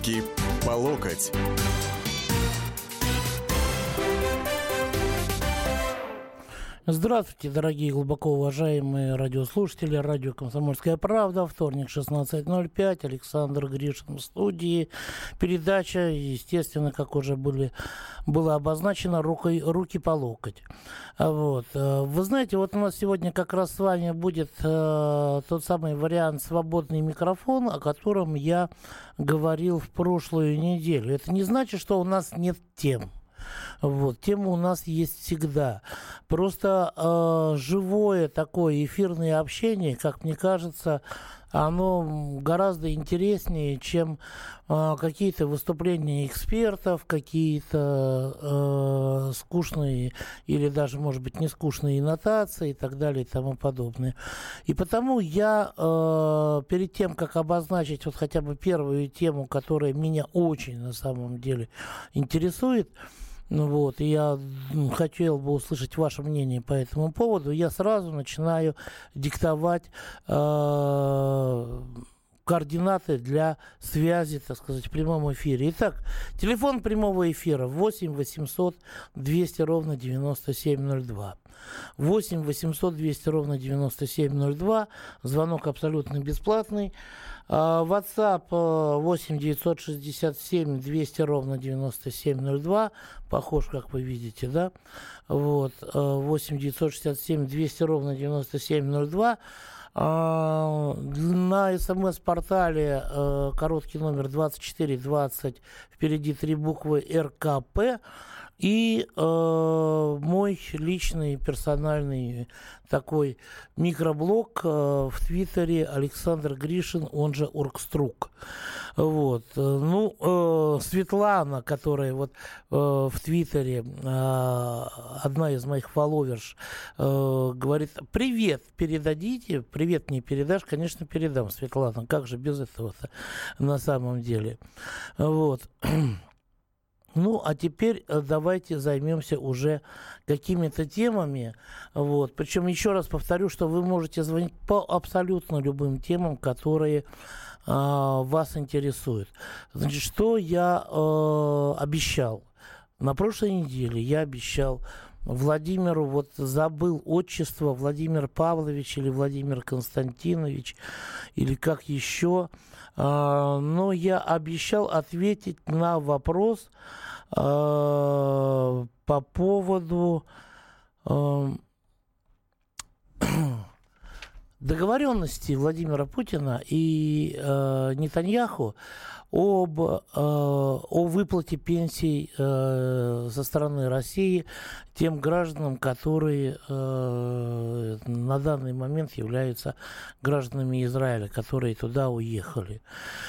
Руки по локоть. Здравствуйте, дорогие глубоко уважаемые радиослушатели. Радио «Комсомольская правда». Вторник, 16:05. Александр Гришин в студии. Передача, естественно, как уже было обозначено, руки по локоть. Вот. Вы знаете, вот у нас сегодня как раз с вами будет тот самый вариант «Свободный микрофон», о котором я говорил в прошлую неделю. Это не значит, что у нас нет тем. Вот, тема у нас есть всегда. Просто живое такое эфирное общение, как мне кажется, оно гораздо интереснее, чем какие-то выступления экспертов, какие-то скучные или даже, может быть, не скучные нотации и так далее и тому подобное. И потому я перед тем, как обозначить вот хотя бы первую тему, которая меня очень на самом деле интересует, вот, и я хотел бы услышать ваше мнение по этому поводу, я сразу начинаю диктовать координаты для связи, так сказать, в прямом эфире. Итак, телефон прямого эфира 8 800 200 ровно 9702. 8 800 200 ровно 9702. Звонок абсолютно бесплатный. WhatsApp 8 967 200 ровно 9702. Похож, как вы видите, да? Вот. 8 967 200 ровно 9702. На СМС-портале короткий номер 2420, впереди 3 буквы РКП. И мой личный персональный такой микроблог в Твиттере Александр Гришин, он же Оргструк. Вот. Ну, Светлана, которая вот в Твиттере, одна из моих фолловерш, говорит: привет, передадите? Привет не передашь? Конечно, передам, Светлана. Как же без этого-то на самом деле? Вот. Ну, а теперь давайте займемся уже какими-то темами. Вот. Причем еще раз повторю, что вы можете звонить по абсолютно любым темам, которые вас интересуют. Значит, что я обещал? На прошлой неделе я обещал Владимиру, вот забыл отчество, Владимир Павлович или Владимир Константинович, или как еще, но я обещал ответить на вопрос по поводу договоренности Владимира Путина и Нетаньяху о выплате пенсий со стороны России тем гражданам, которые на данный момент являются гражданами Израиля, которые туда уехали.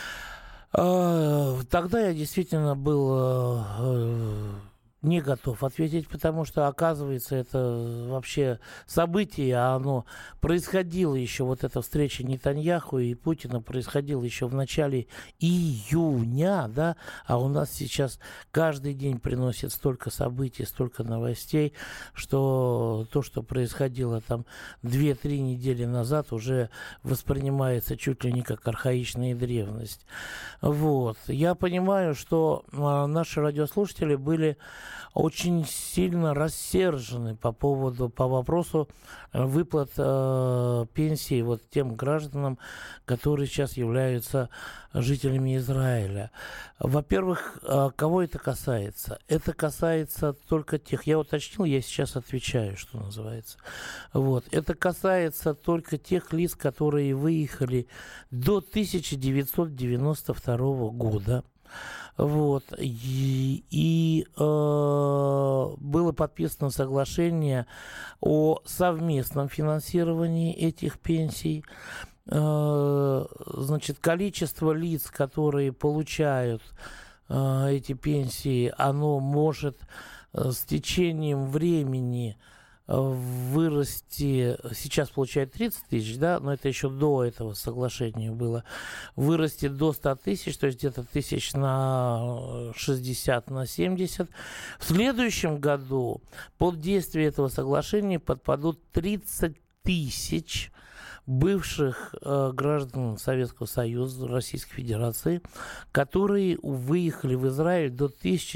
Тогда я действительно был не готов ответить, потому что, оказывается, это вообще событие, оно происходило еще, вот эта встреча Нетаньяху и Путина происходила еще в начале июня, да, а у нас сейчас каждый день приносит столько событий, столько новостей, что то, что происходило там 2-3 недели назад, уже воспринимается чуть ли не как архаичная древность. Вот. Я понимаю, что наши радиослушатели были очень сильно рассержены по вопросу выплат пенсий вот тем гражданам, которые сейчас являются жителями Израиля. Во-первых, кого это касается? Это касается только тех, я уточнил, я сейчас отвечаю, что называется. Вот. Это касается только тех лиц, которые выехали до 1992 года. Вот. И было подписано соглашение о совместном финансировании этих пенсий. Значит, количество лиц, которые получают эти пенсии, оно может с течением времени вырасти, сейчас получает 30 тысяч, да, но это еще до этого соглашения было, вырасти до 100 тысяч, то есть где-то тысяч на 60, на 70. В следующем году под действие этого соглашения подпадут 30 тысяч бывших граждан Советского Союза, Российской Федерации, которые выехали в Израиль до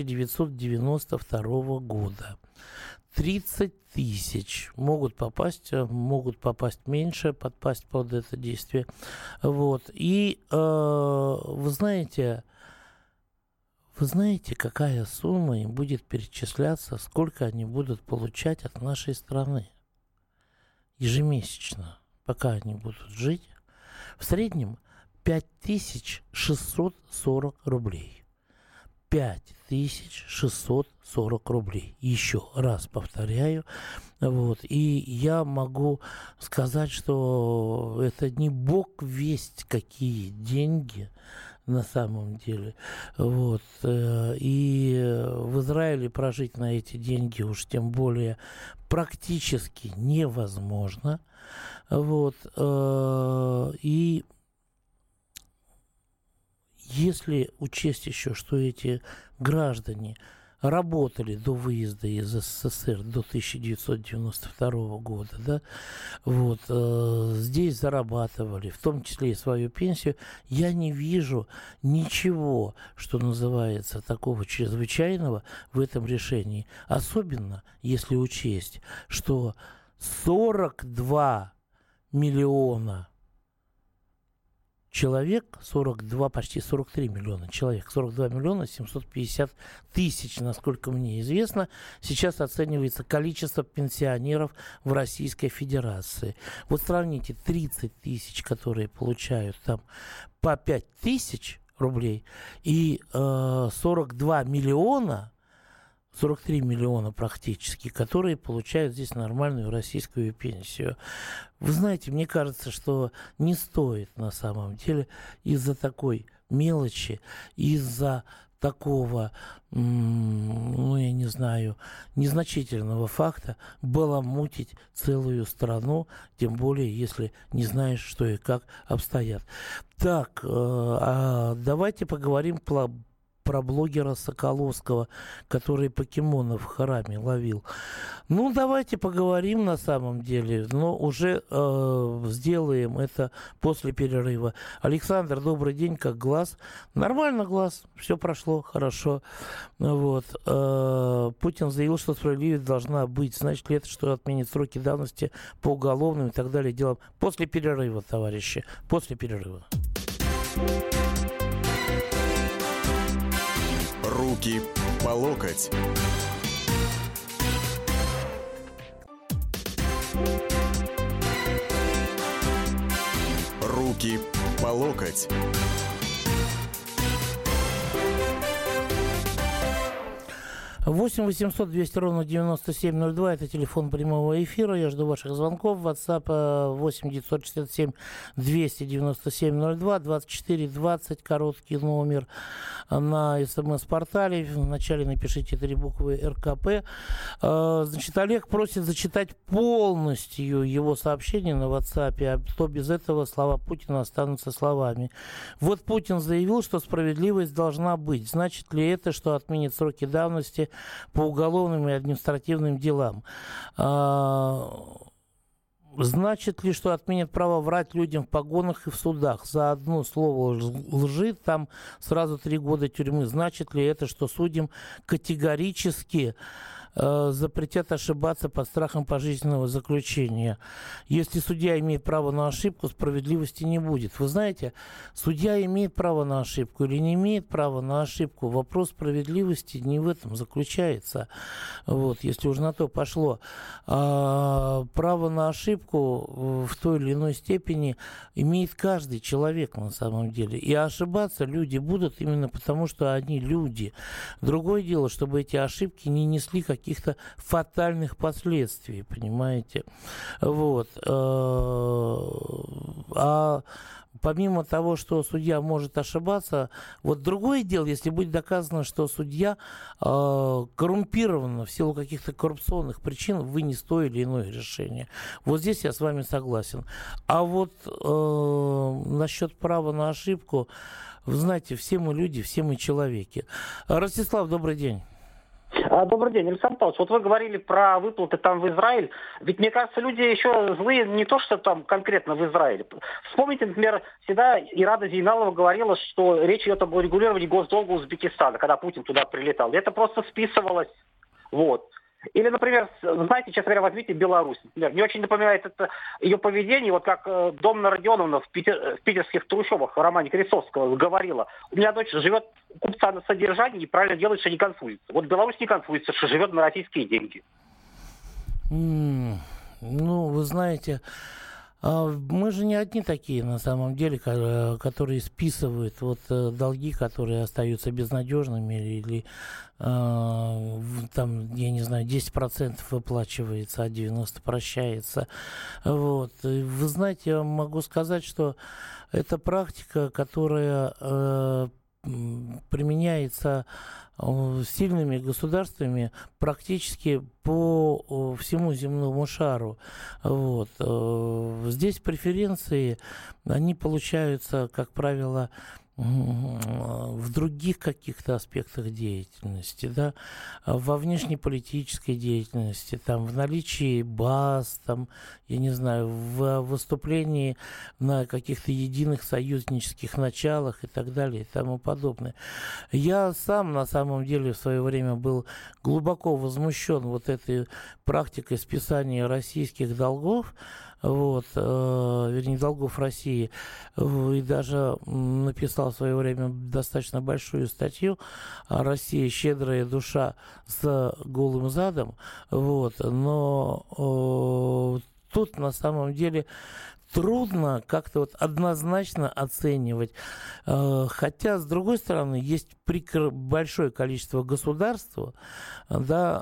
1992 года. 30 тысяч могут попасть меньше, подпасть под это действие. Вот. И вы знаете, какая сумма им будет перечисляться, сколько они будут получать от нашей страны ежемесячно, пока они будут жить? В среднем 5640 рублей. 5640 рублей. Еще раз повторяю. Вот. И я могу сказать, что это не бог весть какие деньги на самом деле. Вот. И в Израиле прожить на эти деньги уж тем более практически невозможно. Вот. И если учесть еще, что эти граждане работали до выезда из СССР до 1992 года, да, вот, здесь зарабатывали, в том числе и свою пенсию, я не вижу ничего, что называется, такого чрезвычайного в этом решении. Особенно, если учесть, что 42 миллиона человек, 42, почти 43 миллиона человек, 42 миллиона 750 тысяч, насколько мне известно, сейчас оценивается количество пенсионеров в Российской Федерации. Вот сравните 30 тысяч, которые получают там по 5 тысяч рублей, и 42 миллиона, 43 миллиона практически, которые получают здесь нормальную российскую пенсию. Вы знаете, мне кажется, что не стоит на самом деле из-за такой мелочи, из-за такого, я не знаю, незначительного факта баламутить целую страну, тем более, если не знаешь, что и как обстоят. Так, давайте поговорим про блогера Соколовского, который покемонов в храме ловил. Ну, давайте поговорим на самом деле, но уже сделаем это после перерыва. Александр, добрый день, как глаз? Нормально глаз, все прошло хорошо. Вот. Путин заявил, что справедливость должна быть. Значит ли это, что отменит сроки давности по уголовным и так далее делам? После перерыва, товарищи, после перерыва. Руки по локоть. Руки по локоть. 8 800 200 ровно 9702. Это телефон прямого эфира. Я жду ваших звонков. WhatsApp 8 967 297 02 24 20. Короткий номер на СМС-портале. Вначале напишите 3 буквы РКП. Значит, Олег просит зачитать полностью его сообщение на WhatsApp, а то без этого слова Путина останутся словами. Вот Путин заявил, что справедливость должна быть. Значит ли это, что отменит сроки давности по уголовным и административным делам? Значит ли, что отменит право врать людям в погонах и в судах? За одно слово лжи там сразу 3 года тюрьмы. Значит ли это, что судьям категорически запретят ошибаться под страхом пожизненного заключения? Если судья имеет право на ошибку, справедливости не будет. Вы знаете, судья имеет право на ошибку или не имеет права на ошибку, вопрос справедливости не в этом заключается. Вот, если уж на то пошло. Право на ошибку в той или иной степени имеет каждый человек на самом деле. И ошибаться люди будут именно потому, что они люди. Другое дело, чтобы эти ошибки не несли каких-то фатальных последствий, понимаете? Вот. А помимо того, что судья может ошибаться, вот другое дело, если будет доказано, что судья коррумпирован в силу каких-то коррупционных причин, вынес то или иное решение. Вот здесь я с вами согласен. А вот насчет права на ошибку, вы знаете, все мы люди, все мы человеки. Ростислав, добрый день. Добрый день, Александр Павлович. Вот вы говорили про выплаты там в Израиль. Ведь, мне кажется, люди еще злые не то, что там конкретно в Израиле. Вспомните, например, всегда Ирада Зейналова говорила, что речь идет об урегулировании госдолга Узбекистана, когда Путин туда прилетал. И это просто списывалось. Вот. Или, например, знаете, честно говоря, возьмите Беларусь. Например, мне очень напоминает это ее поведение, вот как Домна Родионовна в питерских трущобах в романе Крестовского говорила. У меня дочь живет у купца на содержании и правильно делает, что не конфузится. Вот Беларусь не конфузится, что живет на российские деньги. Ну, вы знаете, мы же не одни такие, на самом деле, которые списывают долги, которые остаются безнадежными, или там, я не знаю, 10% выплачивается, а 90% прощается. Вот. И вы знаете, я могу сказать, что это практика, которая применяется сильными государствами практически по всему земному шару. Вот. Здесь преференции, они получаются, как правило, в других каких-то аспектах деятельности, да, во внешнеполитической деятельности, там, в наличии баз, там, я не знаю, в выступлении на каких-то единых союзнических началах и так далее и тому подобное. Я сам, на самом деле, в свое время был глубоко возмущен вот этой практикой списания российских долгов, вернее, долгов России, и даже написал в свое время достаточно большую статью «Россия щедрая душа с голым задом», но тут на самом деле трудно как-то однозначно оценивать. Хотя, с другой стороны, есть большое количество государств, да,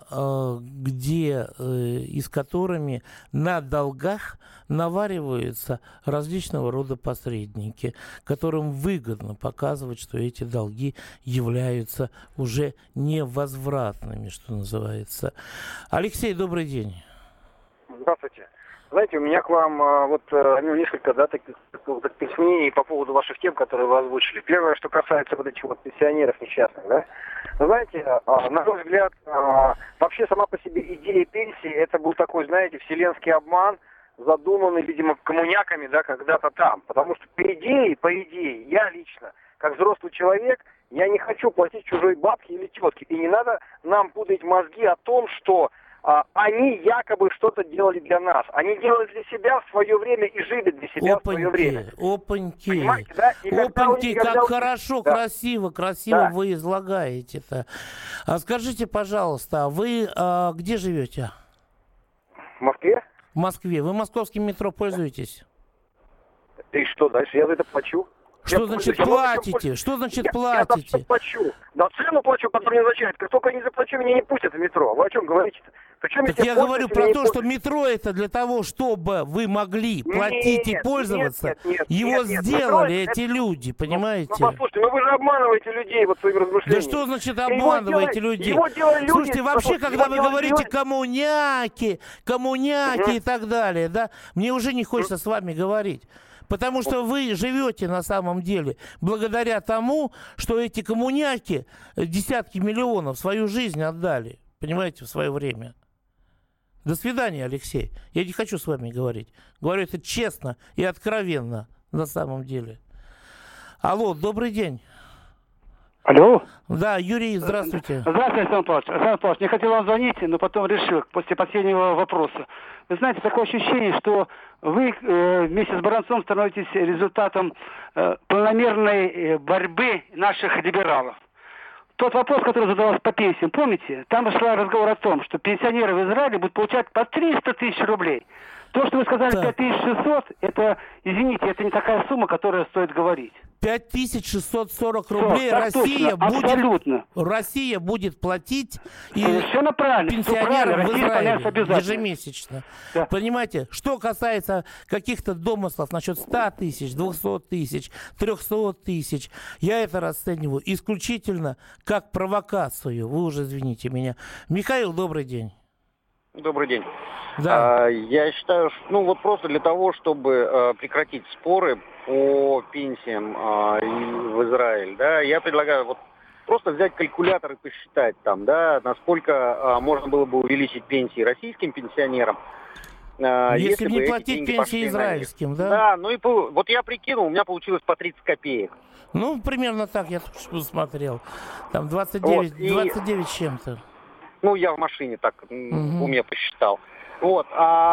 и с которыми на долгах навариваются различного рода посредники, которым выгодно показывать, что эти долги являются уже невозвратными, что называется. Алексей, добрый день. Здравствуйте. Знаете, у меня к вам несколько таких мнений по поводу ваших тем, которые вы озвучили. Первое, что касается этих пенсионеров несчастных, да. Вы знаете, на мой взгляд, вообще сама по себе идея пенсии, это был такой, знаете, вселенский обман, задуманный, видимо, коммуняками, да, когда-то там. Потому что по идее, я лично, как взрослый человек, я не хочу платить чужой бабки или тетке. И не надо нам пудрить мозги о том, что они якобы что-то делали для нас. Они делали для себя в свое время и жили для себя в свое время. Опаньки. Понимаете, да? Опаньки, как хорошо, да. красиво да. Вы излагаете-то. А скажите, пожалуйста, а вы где живете? В Москве. В Москве. Вы московским метро пользуетесь? И что дальше? Я за это плачу. Что значит платите? Что значит платите? Я плачу. Да, цену плачу, которую не означает. Как только я не заплачу, меня не пустят в метро. Вы о чем говорите-то? Так я говорю про то, что метро это для того, чтобы вы могли платить и пользоваться. Его сделали эти люди, понимаете? Ну, послушайте, вы же обманываете людей своими размышлениями. Да что значит обманываете людей? Слушайте, вообще, когда вы говорите коммуняки и так далее, да, мне уже не хочется с вами говорить. Потому что вы живете на самом деле благодаря тому, что эти коммуняки десятки миллионов свою жизнь отдали, понимаете, в свое время. До свидания, Алексей. Я не хочу с вами говорить. Говорю это честно и откровенно на самом деле. Алло, добрый день. Алло? Да, Юрий, здравствуйте. Здравствуйте, Александр Павлович. Александр Павлович, не хотел вам звонить, но потом решил, после последнего вопроса. Вы знаете, такое ощущение, что вы вместе с Баранцом становитесь результатом планомерной борьбы наших либералов. Тот вопрос, который задавался по пенсиям, помните? Там шла разговор о том, что пенсионеры в Израиле будут получать по 300 тысяч рублей. То, что вы сказали, 5600, это, извините, это не такая сумма, которая стоит говорить. 5640 рублей Россия будет платить и пенсионерам в Израиле ежемесячно. Да. Понимаете, что касается каких-то домыслов насчет 100 тысяч, 200 тысяч, 300 тысяч, я это расцениваю исключительно как провокацию. Вы уже извините меня. Михаил, добрый день. Добрый день. Да. Я считаю, что просто для того, чтобы прекратить споры по пенсиям в Израиль, да, я предлагаю просто взять калькулятор и посчитать там, да, насколько можно было бы увеличить пенсии российским пенсионерам. Если бы не эти платить деньги пенсии пошли на них. израильским, да? Да, ну и вот я прикинул, у меня получилось по 30 копеек. Ну, примерно так я тоже посмотрел. Там 29, Вот, и- 29 с чем-то. Ну, я в машине так в уме посчитал. Вот.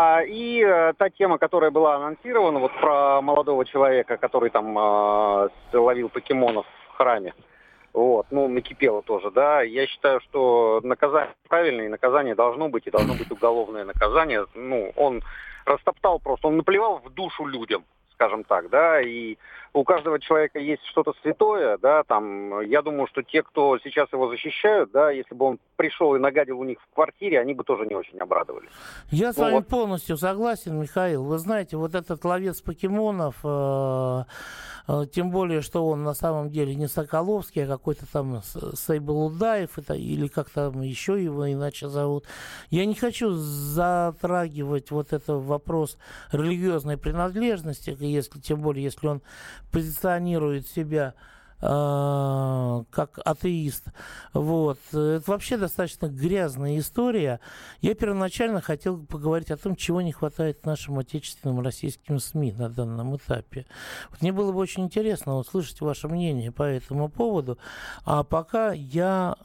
Та тема, которая была анонсирована, вот про молодого человека, который там ловил покемонов в храме, вот, ну, накипело тоже, да. Я считаю, что наказание правильное, и наказание должно быть, и должно быть уголовное наказание. Ну, он растоптал просто, он наплевал в душу людям, скажем так, да, и у каждого человека есть что-то святое, да, там, я думаю, что те, кто сейчас его защищают, да, если бы он пришел и нагадил у них в квартире, они бы тоже не очень обрадовались. Я с вами полностью согласен, Михаил. Вы знаете, вот этот ловец покемонов, тем более, что он на самом деле не Соколовский, а какой-то там Сайбулудаев, или как там еще его иначе зовут. Я не хочу затрагивать вот этот вопрос религиозной принадлежности, если, тем более, если он позиционирует себя как атеист. Вот. Это вообще достаточно грязная история. Я первоначально хотел поговорить о том, чего не хватает нашим отечественным российским СМИ на данном этапе. Вот мне было бы очень интересно услышать ваше мнение по этому поводу. А пока я,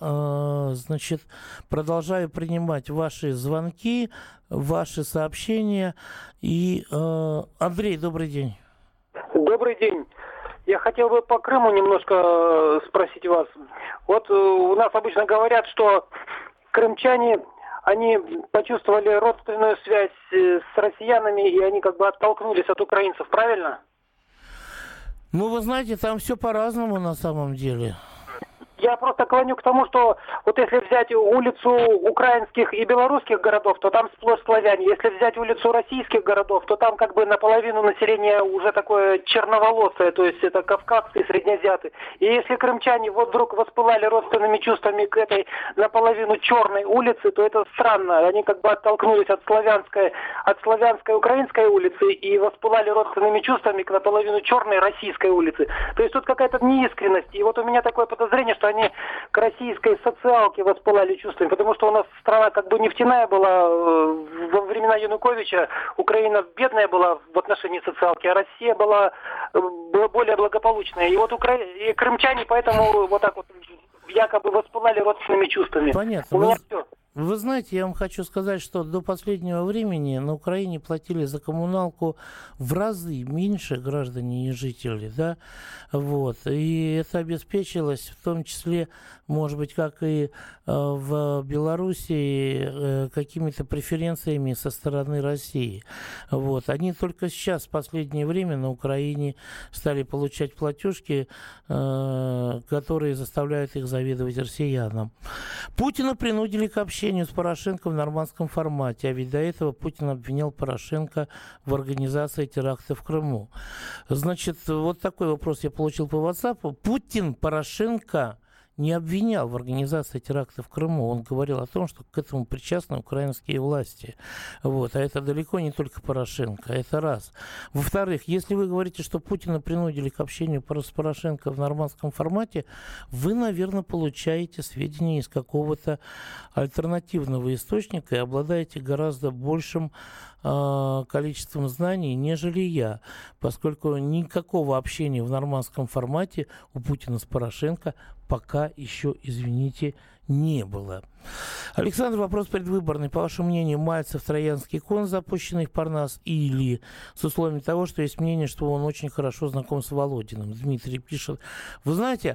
продолжаю принимать ваши звонки, ваши сообщения. И, Андрей, добрый день. Добрый день. Я хотел бы по Крыму немножко спросить вас. Вот у нас обычно говорят, что крымчане, они почувствовали родственную связь с россиянами, и они как бы оттолкнулись от украинцев, правильно? Ну, вы знаете, там все по-разному на самом деле. Я просто клоню к тому, что вот если взять улицу украинских и белорусских городов, то там сплошь славяне. Если взять улицу российских городов, то там как бы наполовину населения уже такое черноволосое, то есть это кавказцы и среднеазиаты. И если крымчане вот вдруг воспылали родственными чувствами к этой наполовину черной улице, то это странно. Они как бы оттолкнулись от славянской украинской улицы и воспылали родственными чувствами к наполовину черной российской улице. То есть тут какая-то неискренность. И вот у меня такое подозрение, что они к российской социалке воспылали чувствами, потому что у нас страна как бы нефтяная была во времена Януковича, Украина бедная была в отношении социалки, а Россия была более благополучная. И вот и крымчане поэтому вот так вот якобы воспылали родственными чувствами. Понятно. У меня все. Вы знаете, я вам хочу сказать, что до последнего времени на Украине платили за коммуналку в разы меньше граждане и жители, да, вот, и это обеспечилось в том числе, может быть, как и в Белоруссии, какими-то преференциями со стороны России, вот, они только сейчас, в последнее время на Украине стали получать платежки, которые заставляют их завидовать россиянам. Путина принудили к общению с Порошенко в нормандском формате, а ведь до этого Путин обвинял Порошенко в организации теракта в Крыму. Значит, вот такой вопрос я получил по WhatsApp. Путин Порошенко не обвинял в организации теракта в Крыму. Он говорил о том, что к этому причастны украинские власти. Вот. А это далеко не только Порошенко. Это раз. Во-вторых, если вы говорите, что Путина принудили к общению с Порошенко в нормандском формате, вы, наверное, получаете сведения из какого-то альтернативного источника и обладаете гораздо большим количеством знаний, нежели я, поскольку никакого общения в нормандском формате у Путина с Порошенко пока еще, извините, не было. Александр, вопрос предвыборный. По вашему мнению, Мальцев троянский конь, запущенный в Парнас, или с условием того, что есть мнение, что он очень хорошо знаком с Володиным? Дмитрий пишет. Вы знаете,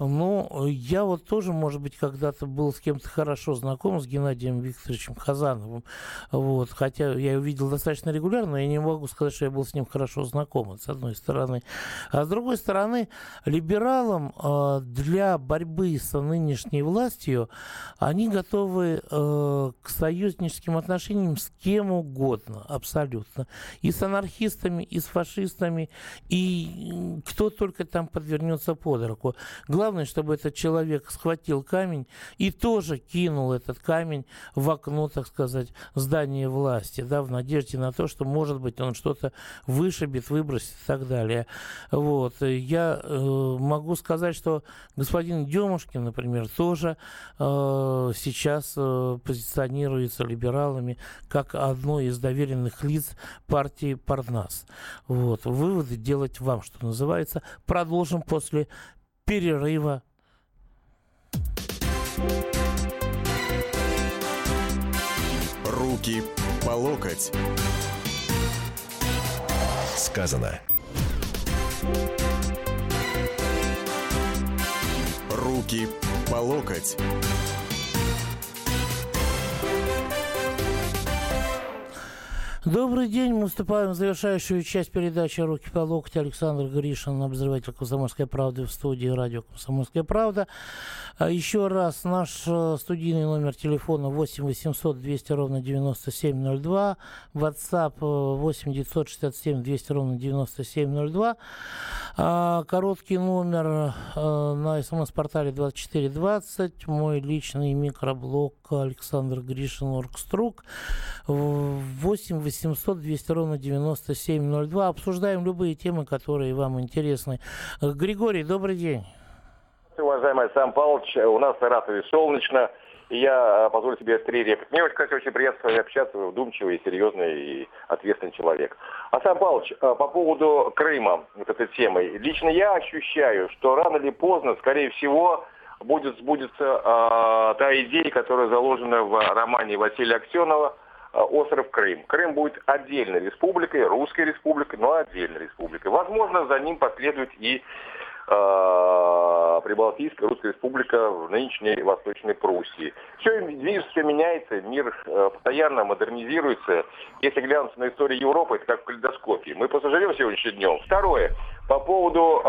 я вот тоже, может быть, когда-то был с кем-то хорошо знаком, с Геннадием Викторовичем Хазановым. Вот, хотя я его видел достаточно регулярно, но я не могу сказать, что я был с ним хорошо знаком, с одной стороны. А с другой стороны, либералам для борьбы с нынешней властью свое, они готовы к союзническим отношениям с кем угодно, абсолютно. И с анархистами, и с фашистами, и кто только там подвернется под руку. Главное, чтобы этот человек схватил камень и тоже кинул этот камень в окно, так сказать, здания власти, да, в надежде на то, что, может быть, он что-то вышибет, выбросит и так далее. Вот. Я могу сказать, что господин Демушкин, например, тоже сейчас позиционируется либералами как одно из доверенных лиц партии Парнас. Вот. Выводы делать вам, что называется. Продолжим после перерыва. Руки по локоть. Сказано. Руки по локоть. Добрый день. Мы вступаем в завершающую часть передачи «Руки по локоть». Александр Гришин, обозреватель «Комсомольской правды», в студии радио «Комсомольская правда». Еще раз, наш студийный номер телефона 8 800 200 ровно 9702, WhatsApp 8 967 200 ровно 9702, короткий номер на СМС-портале 2420, мой личный микроблог Александр Гришин, Оргструк, 8 800 200 ровно 9702. Обсуждаем любые темы, которые вам интересны. Григорий, добрый день. Уважаемый Александр Павлович, у нас в Саратове солнечно, и я позволю себе 3 реплики. Мне, кстати, очень приятно с вами общаться, вы вдумчивый, серьезный и ответственный человек. Александр Павлович, по поводу Крыма, вот этой темы, лично я ощущаю, что рано или поздно, скорее всего, сбудется та идея, которая заложена в романе Василия Аксенова «Остров Крым». Крым будет отдельной республикой, русской республикой, но отдельной республикой. Возможно, за ним последует и Прибалтийская Русская Республика в нынешней Восточной Пруссии. Все движется, все меняется, мир постоянно модернизируется. Если глянуть на историю Европы, это как в калейдоскопе. Мы просто живем сегодняшним днем. Второе, по поводу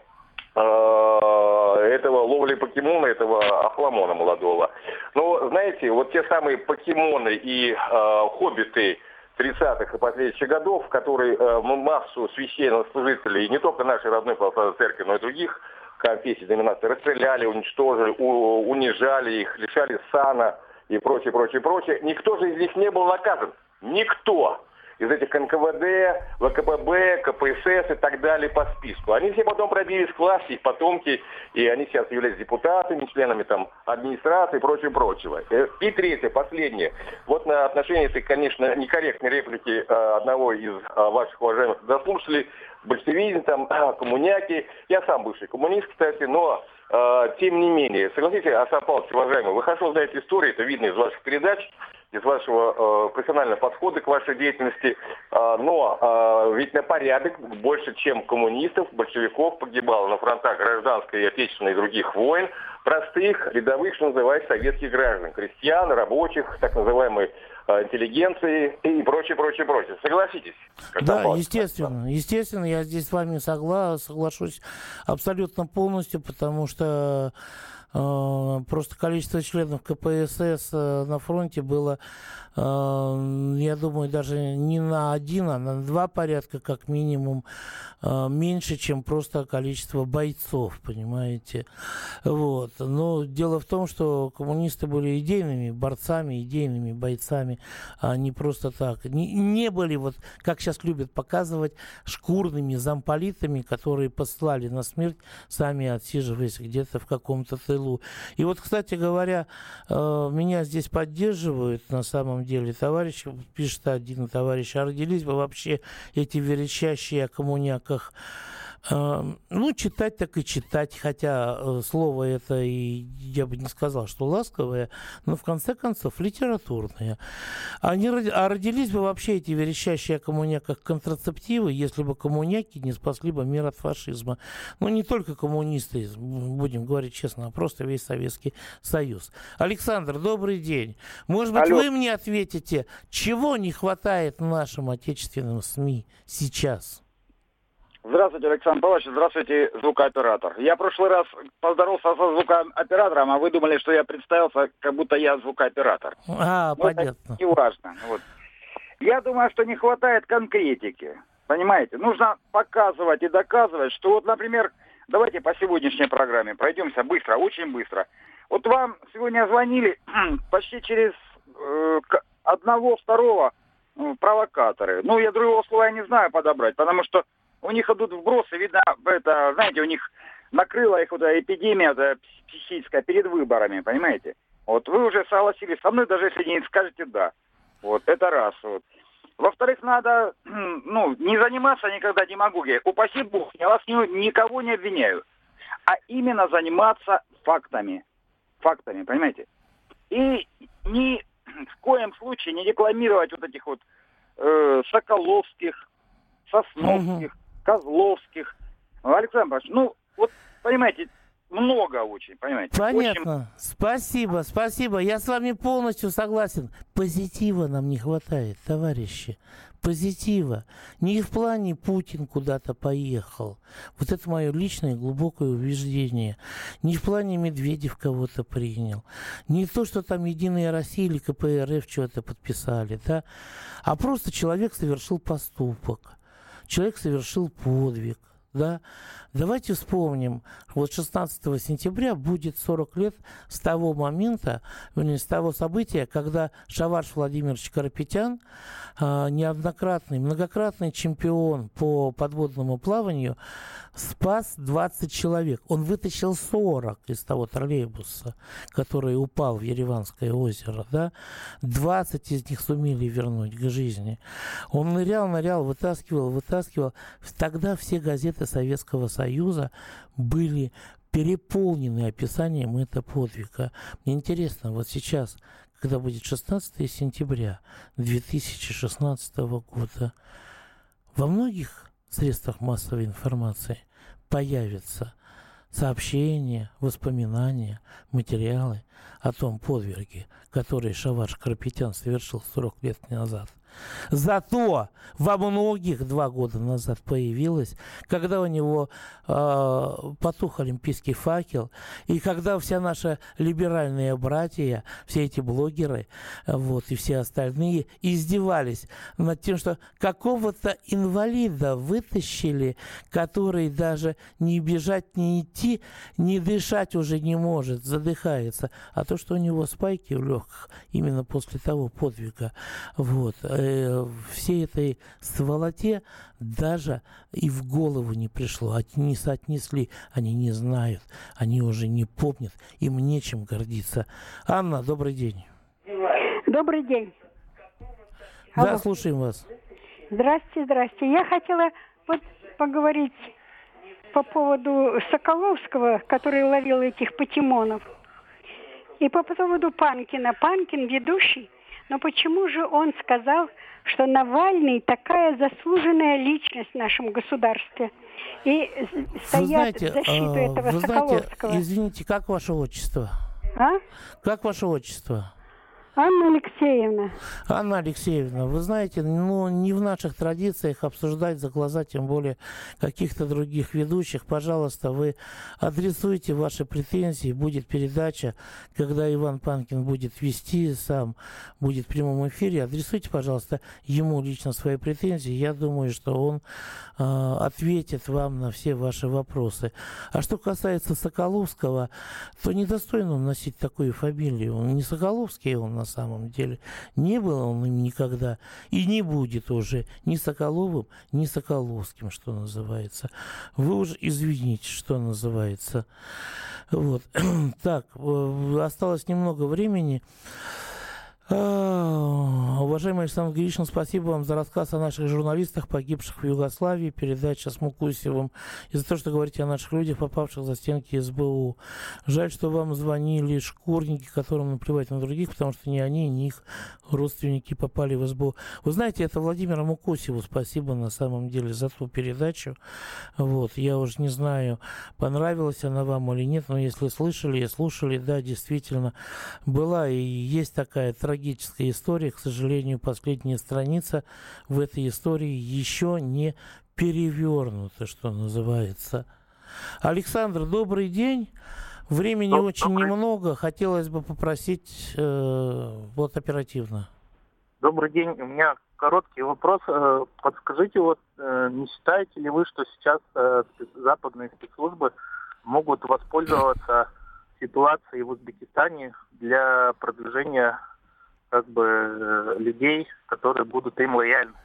этого ловли покемона, этого охламона молодого. Ну, знаете, вот те самые покемоны и хоббиты 30-х и последующих годов, которые массу священнослужителей, не только нашей родной православной церкви, но и других конфессий, деноминаций, расстреляли, уничтожили, унижали их, лишали сана и прочее, прочее, прочее. Никто же из них не был наказан. Никто из этих НКВД, ВКПБ, КПСС и так далее по списку. Они все потом пробились в классе, их потомки, и они сейчас являются депутатами, членами там администрации и прочего. И третье, последнее. Вот на отношении этой, конечно, некорректной реплики одного из ваших уважаемых заслушателей, большевизм, там, коммуняки. Я сам бывший коммунист, кстати, но тем не менее, согласитесь, Александр Павлович, уважаемый, вы хорошо знаете историю, это видно из ваших передач, из вашего профессионального подхода к вашей деятельности, но ведь на порядок больше, чем коммунистов, большевиков погибало на фронтах гражданской и отечественной и других войн, простых, рядовых, что называется, советских граждан, крестьян, рабочих, так называемой интеллигенции и прочее. Согласитесь? Да, естественно, я здесь с вами соглашусь абсолютно полностью, потому что просто количество членов КПСС на фронте было, я думаю, даже не на 1, а на 2 порядка, как минимум, меньше, чем просто количество бойцов, понимаете. Вот. Но дело в том, что коммунисты были идейными борцами, идейными бойцами, а не просто так. Не были, вот, как сейчас любят показывать, шкурными замполитами, которые послали на смерть, сами отсиживаясь где-то в каком-то тылу. И вот, кстати говоря, меня здесь поддерживают на самом деле товарищи, пишет один товарищ, а родились бы вообще эти верещащие о коммуняках. Читать так и читать, хотя слово это, и я бы не сказал, что ласковое, но в конце концов литературное. А родились бы вообще эти верещащие о коммуняках контрацептивы, если бы коммуняки не спасли бы мир от фашизма. Не только коммунисты, будем говорить честно, а просто весь Советский Союз. Александр, добрый день. Может быть, вы мне ответите, чего не хватает нашим отечественным СМИ сейчас? Здравствуйте, Александр Павлович. Здравствуйте, звукооператор. Я в прошлый раз поздоровался со звукооператором, а вы думали, что я представился, как будто я звукооператор. Понятно. Это не важно. Вот. Я думаю, что не хватает конкретики. Понимаете? Нужно показывать и доказывать, что вот, например, давайте по сегодняшней программе пройдемся быстро, очень быстро. Вот вам сегодня звонили почти через одного-второго провокаторы. Ну, я другого слова не знаю подобрать, потому что у них идут вбросы, видно, это, знаете, у них накрыла их вот эта эпидемия психическая перед выборами, понимаете? Вот вы уже согласились со мной, даже если не скажете «да». Вот, это раз. Вот. Во-вторых, надо, не заниматься никогда демагогией. Упаси Бог, я вас никого не обвиняю. А именно заниматься фактами. Фактами, понимаете? И ни в коем случае не рекламировать вот этих вот Соколовских, Сосновских, Козловских. Александр Павлович, вот, понимаете, много очень, понимаете. Понятно. Очень... Спасибо. Я с вами полностью согласен. Позитива нам не хватает, товарищи. Позитива. Не в плане Путин куда-то поехал. Вот это мое личное глубокое убеждение. Не в плане Медведев кого-то принял. Не то, что там Единая Россия или КПРФ что-то подписали, да? А просто человек совершил поступок. Человек совершил подвиг. Да? Давайте вспомним, вот 16 сентября будет 40 лет с того момента, с того события, когда Шаварш Владимирович Карапетян, неоднократный, многократный чемпион по подводному плаванию, спас 20 человек. Он вытащил 40 из того троллейбуса, который упал в Ереванское озеро. Да? 20 из них сумели вернуть к жизни. Он нырял, вытаскивал. Тогда все газеты Советского Союза были переполнены описанием этого подвига. Мне интересно, вот сейчас, когда будет 16 сентября 2016 года, во многих средствах массовой информации появятся сообщения, воспоминания, материалы о том подвиге, который Шаварш Карапетян совершил 40 лет назад. Зато во многих 2 года назад появилось, когда у него потух олимпийский факел, и когда вся наша либеральные братья, все эти блогеры, вот, и все остальные издевались над тем, что какого-то инвалида вытащили, который даже не бежать, не идти, не дышать уже не может, задыхается. А то, что у него спайки в легких именно после того подвига, вот, всей этой сволоте даже и в голову не пришло. Они соотнесли, они не знают, они уже не помнят, им нечем гордиться. Анна, добрый день. Добрый день. Да, Алло. слушаем вас. Здрасте. Я хотела вот поговорить по поводу Соколовского, который ловил этих покемонов. И по поводу Панкина. Панкин ведущий. Но почему же он сказал, что Навальный такая заслуженная личность в нашем государстве? И стоят в защиту этого Соколовского. Извините, как ваше отчество? Как ваше отчество? Анна Алексеевна. Анна Алексеевна, вы знаете, не в наших традициях обсуждать за глаза, тем более каких-то других ведущих. Пожалуйста, вы адресуйте ваши претензии. Будет передача, когда Иван Панкин будет вести, сам будет в прямом эфире. Адресуйте, пожалуйста, ему лично свои претензии. Я думаю, что он ответит вам на все ваши вопросы. А что касается Соколовского, то недостойно он носить такую фамилию. Он не Соколовский, он на самом деле. Не был он им никогда и не будет уже ни Соколовым, ни Соколовским, что называется. Вы уже извините, что называется. Вот. Так, осталось немного времени. Уважаемый Александр Гришин, спасибо вам за рассказ о наших журналистах, погибших в Югославии, передача с Мукусевым, и за то, что говорите о наших людях, попавших за стенки СБУ. Жаль, что вам звонили шкурники, которым наплевать на других, потому что ни они, ни их родственники попали в СБУ. Вы знаете, это Владимиру Мукусеву спасибо на самом деле за ту передачу. Вот, я уже не знаю, понравилась она вам или нет, но если слышали и слушали, да, действительно, была и есть такая трагическая история. К сожалению, последняя страница в этой истории еще не перевернуто, что называется. Александр, добрый день. Времени очень немного. Хотелось бы попросить вот оперативно. Добрый день. У меня короткий вопрос. Подскажите, вот не считаете ли вы, что сейчас западные спецслужбы могут воспользоваться ситуацией в Узбекистане для продвижения как бы людей, которые будут им лояльны?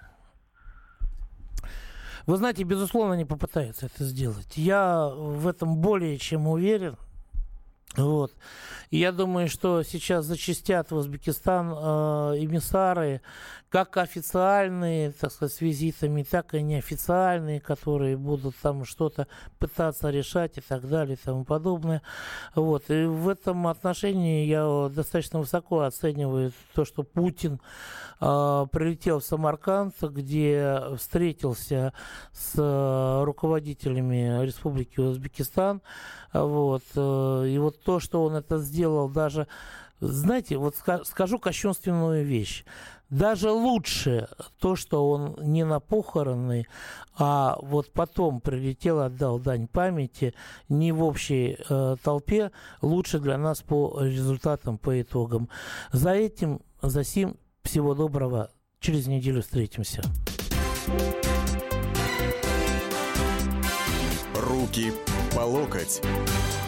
Вы знаете, безусловно, они попытаются это сделать. Я в этом более чем уверен. Вот. И я думаю, что сейчас зачастят в Узбекистан эмиссары, как официальные, так сказать, с визитами, так и неофициальные, которые будут там что-то пытаться решать и так далее и тому подобное. Вот. И в этом отношении я достаточно высоко оцениваю то, что Путин прилетел в Самарканд, где встретился с руководителями Республики Узбекистан. Вот. И вот то, что он это сделал, даже, знаете, вот скажу кощунственную вещь. Даже лучше то, что он не на похороны, а вот потом прилетел, отдал дань памяти, не в общей толпе, лучше для нас по результатам, по итогам. За сим всего доброго. Через неделю встретимся. Руки по локоть.